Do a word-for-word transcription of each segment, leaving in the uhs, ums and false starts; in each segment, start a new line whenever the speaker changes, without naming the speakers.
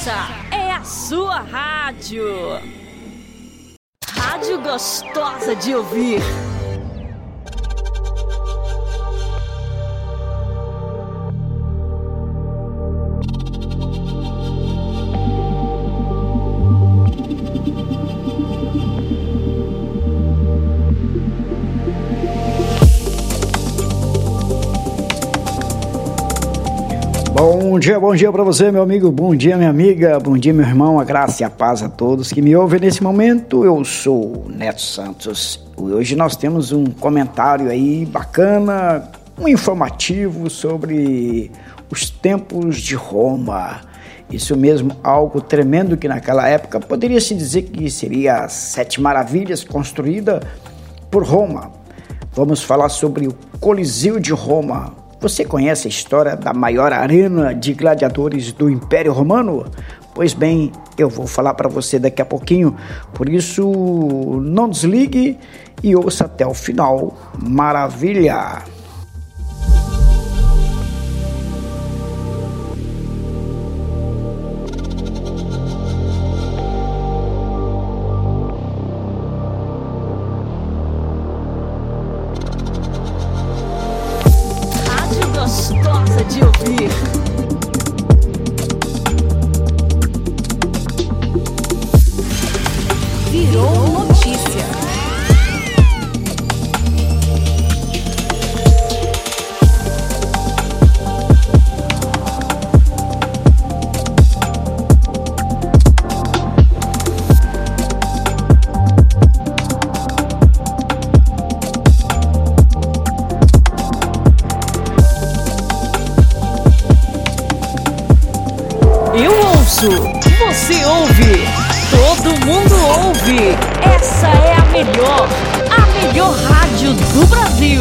Essa é a sua rádio. Rádio gostosa de ouvir.
Bom dia, bom dia para você, meu amigo, bom dia, minha amiga, bom dia, meu irmão, a graça e a paz a todos que me ouvem nesse momento. Eu sou o Neto Santos e hoje nós temos um comentário aí bacana, um informativo sobre os templos de Roma. Isso mesmo, algo tremendo que naquela época poderia se dizer que seria as Sete Maravilhas construída por Roma. Vamos falar sobre o Coliseu de Roma. Você conhece a história da maior arena de gladiadores do Império Romano? Pois bem, eu vou falar para você daqui a pouquinho, por isso não desligue e ouça até o final. Maravilha!
Gostosa de ouvir. Virou notícia. Eu ouço, você ouve, todo mundo ouve. Essa é a melhor, a melhor rádio do Brasil.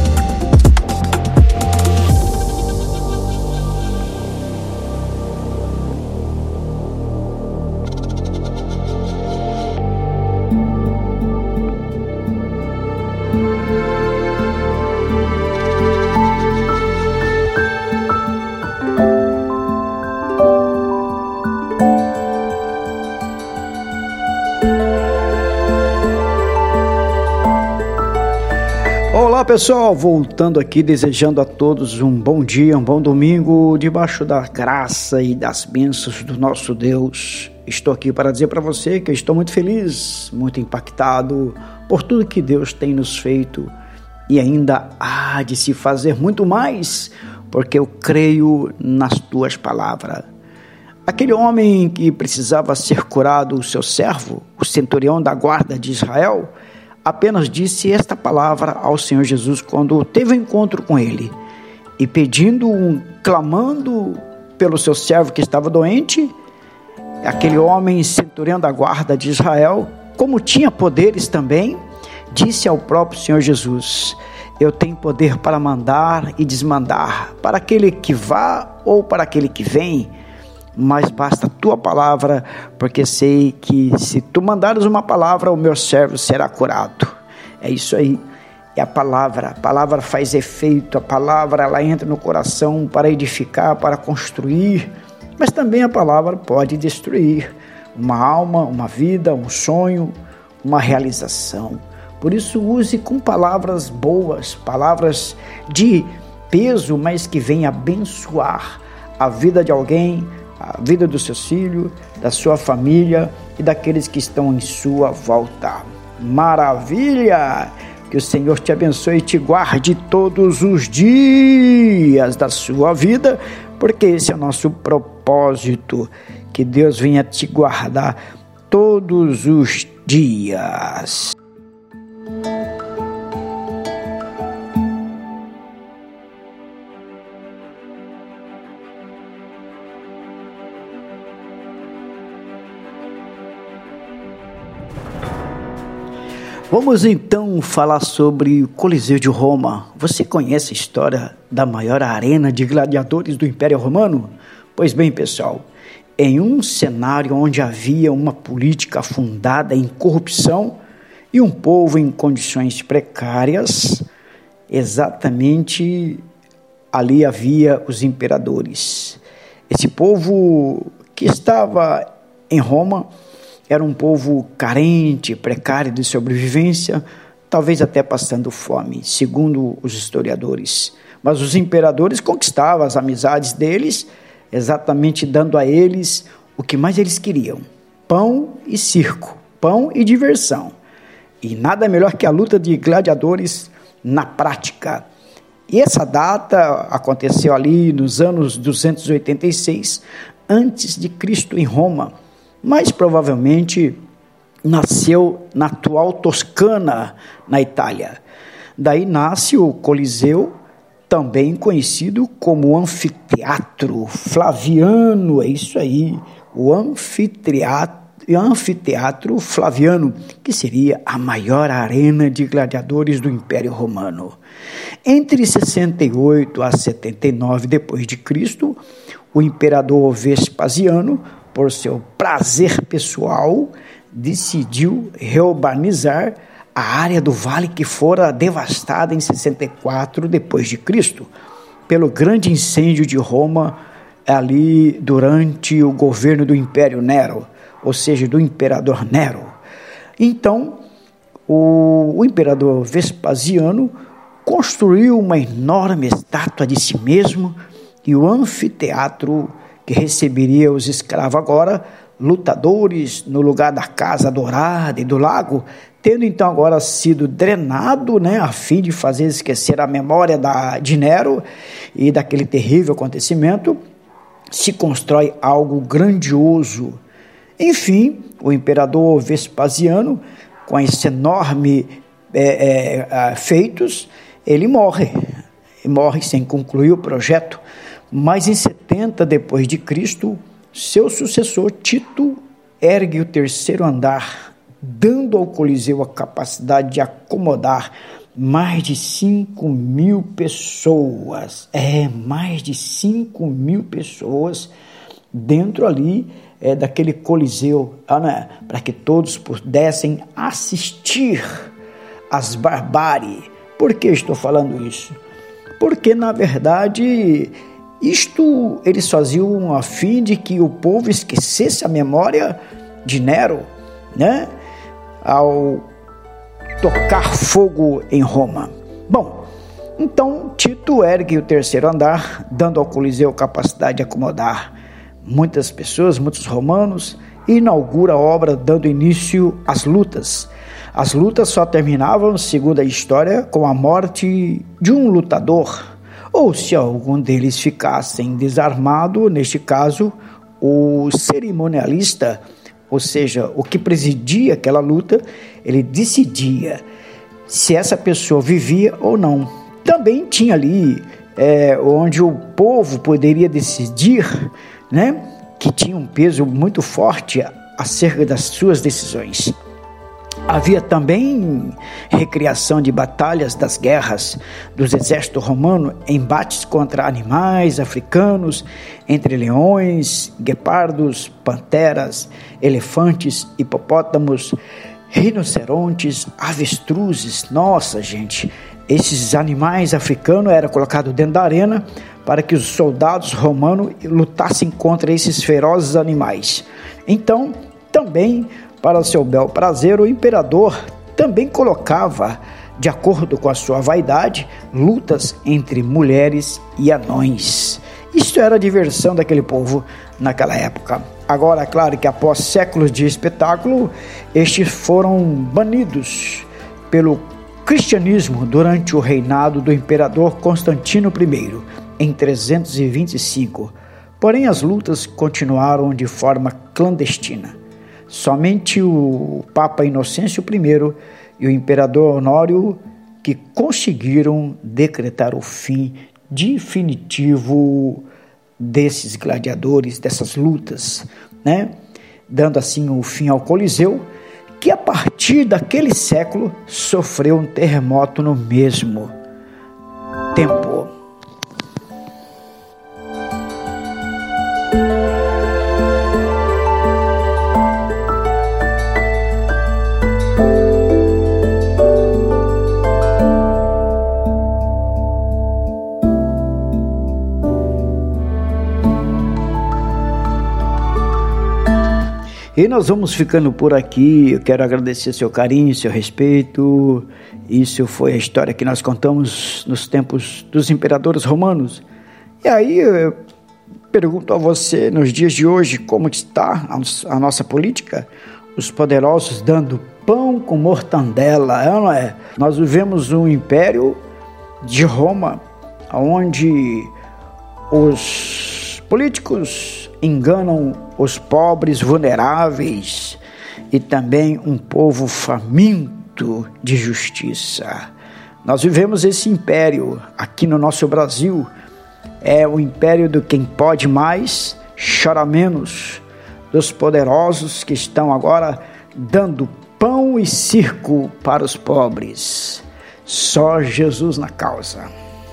Olá pessoal, voltando aqui desejando a todos um bom dia, um bom domingo, debaixo da graça e das bênçãos do nosso Deus. Estou aqui para dizer para você que eu estou muito feliz, muito impactado por tudo que Deus tem nos feito e ainda há de se fazer muito mais, porque eu creio nas tuas palavras. Aquele homem que precisava ser curado, o seu servo, o centurião da guarda de Israel, apenas disse esta palavra ao Senhor Jesus quando teve um encontro com ele. E pedindo, um, clamando pelo seu servo que estava doente, aquele homem centurião da guarda de Israel, como tinha poderes também, disse ao próprio Senhor Jesus: eu tenho poder para mandar e desmandar, para aquele que vá ou para aquele que vem, mas basta a tua palavra, porque sei que se tu mandares uma palavra, o meu servo será curado. É isso aí. E a palavra, a palavra faz efeito, a palavra ela entra no coração para edificar, para construir, mas também a palavra pode destruir uma alma, uma vida, um sonho, uma realização. Por isso use com palavras boas, palavras de peso, mas que venham abençoar a vida de alguém, a vida do seu filho, da sua família e daqueles que estão em sua volta. Maravilha! Que o Senhor te abençoe e te guarde todos os dias da sua vida, porque esse é o nosso propósito, que Deus venha te guardar todos os dias. Vamos então falar sobre o Coliseu de Roma. Você conhece a história da maior arena de gladiadores do Império Romano? Pois bem, pessoal, em um cenário onde havia uma política fundada em corrupção e um povo em condições precárias, exatamente ali havia os imperadores. Esse povo que estava em Roma era um povo carente, precário de sobrevivência, talvez até passando fome, segundo os historiadores. Mas os imperadores conquistavam as amizades deles, exatamente dando a eles o que mais eles queriam: pão e circo, pão e diversão. E nada melhor que a luta de gladiadores na prática. E essa data aconteceu ali nos anos duzentos e oitenta e seis antes de Cristo em Roma, mas provavelmente nasceu na atual Toscana, na Itália. Daí nasce o Coliseu, também conhecido como Anfiteatro Flaviano, é isso aí, o Anfiteatro, Anfiteatro Flaviano, que seria a maior arena de gladiadores do Império Romano. Entre sessenta e oito a setenta e nove depois de Cristo, o imperador Vespasiano, por seu prazer pessoal, decidiu reurbanizar a área do vale que fora devastada em sessenta e quatro depois de Cristo, pelo grande incêndio de Roma ali durante o governo do Império Nero, ou seja, do imperador Nero. Então, o, o imperador Vespasiano construiu uma enorme estátua de si mesmo e o anfiteatro que receberia os escravos agora, lutadores, no lugar da casa dourada e do lago, tendo então agora sido drenado, né, a fim de fazer esquecer a memória da, de Nero e daquele terrível acontecimento, se constrói algo grandioso. Enfim, o imperador Vespasiano, com esse enorme é, é, feitos, ele morre, morre sem concluir o projeto, mas em setenta depois de Cristo, seu sucessor Tito ergue o terceiro andar, dando ao Coliseu a capacidade de acomodar mais de cinco mil pessoas. É, mais de cinco mil pessoas dentro ali é, daquele Coliseu, ah, né, para que todos pudessem assistir às barbáries. Por que estou falando isso? Porque, na verdade, isto eles faziam a fim de que o povo esquecesse a memória de Nero, né, ao tocar fogo em Roma. Bom, então Tito ergue o terceiro andar, dando ao Coliseu capacidade de acomodar muitas pessoas, muitos romanos, e inaugura a obra dando início às lutas. As lutas só terminavam, segundo a história, com a morte de um lutador, ou se algum deles ficassem desarmado, neste caso, o cerimonialista, ou seja, o que presidia aquela luta, ele decidia se essa pessoa vivia ou não. Também tinha ali é, onde o povo poderia decidir, né, que tinha um peso muito forte acerca das suas decisões. Havia também recriação de batalhas das guerras dos exércitos romanos, embates contra animais africanos, entre leões, guepardos, panteras, elefantes, hipopótamos, rinocerontes, avestruzes. Nossa, gente, esses animais africanos eram colocados dentro da arena para que os soldados romanos lutassem contra esses ferozes animais. Então, também, para o seu bel prazer, o imperador também colocava, de acordo com a sua vaidade, lutas entre mulheres e anões. Isso era a diversão daquele povo naquela época. Agora, claro que após séculos de espetáculo, estes foram banidos pelo cristianismo durante o reinado do imperador Constantino I, em trezentos e vinte e cinco. Porém, as lutas continuaram de forma clandestina. Somente o Papa Inocêncio I e o Imperador Honório que conseguiram decretar o fim definitivo desses gladiadores, dessas lutas, né? Dando assim o fim ao Coliseu, que a partir daquele século sofreu um terremoto no mesmo tempo. E nós vamos ficando por aqui. Eu quero agradecer seu carinho, seu respeito. Isso foi a história que nós contamos nos tempos dos imperadores romanos. E aí eu pergunto a você, nos dias de hoje, como está a nossa política? Os poderosos dando pão com mortandela, não é? Nós vivemos um império de Roma, onde os políticos enganam os pobres vulneráveis e também um povo faminto de justiça. Nós vivemos esse império aqui no nosso Brasil. É o império do quem pode mais, chora menos, dos poderosos que estão agora dando pão e circo para os pobres. Só Jesus na causa.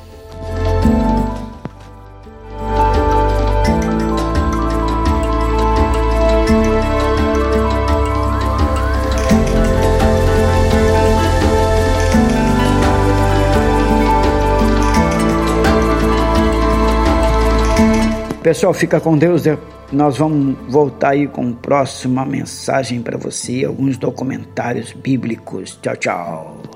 Pessoal, fica com Deus. Nós vamos voltar aí com a próxima mensagem para você, alguns documentários bíblicos. Tchau, tchau.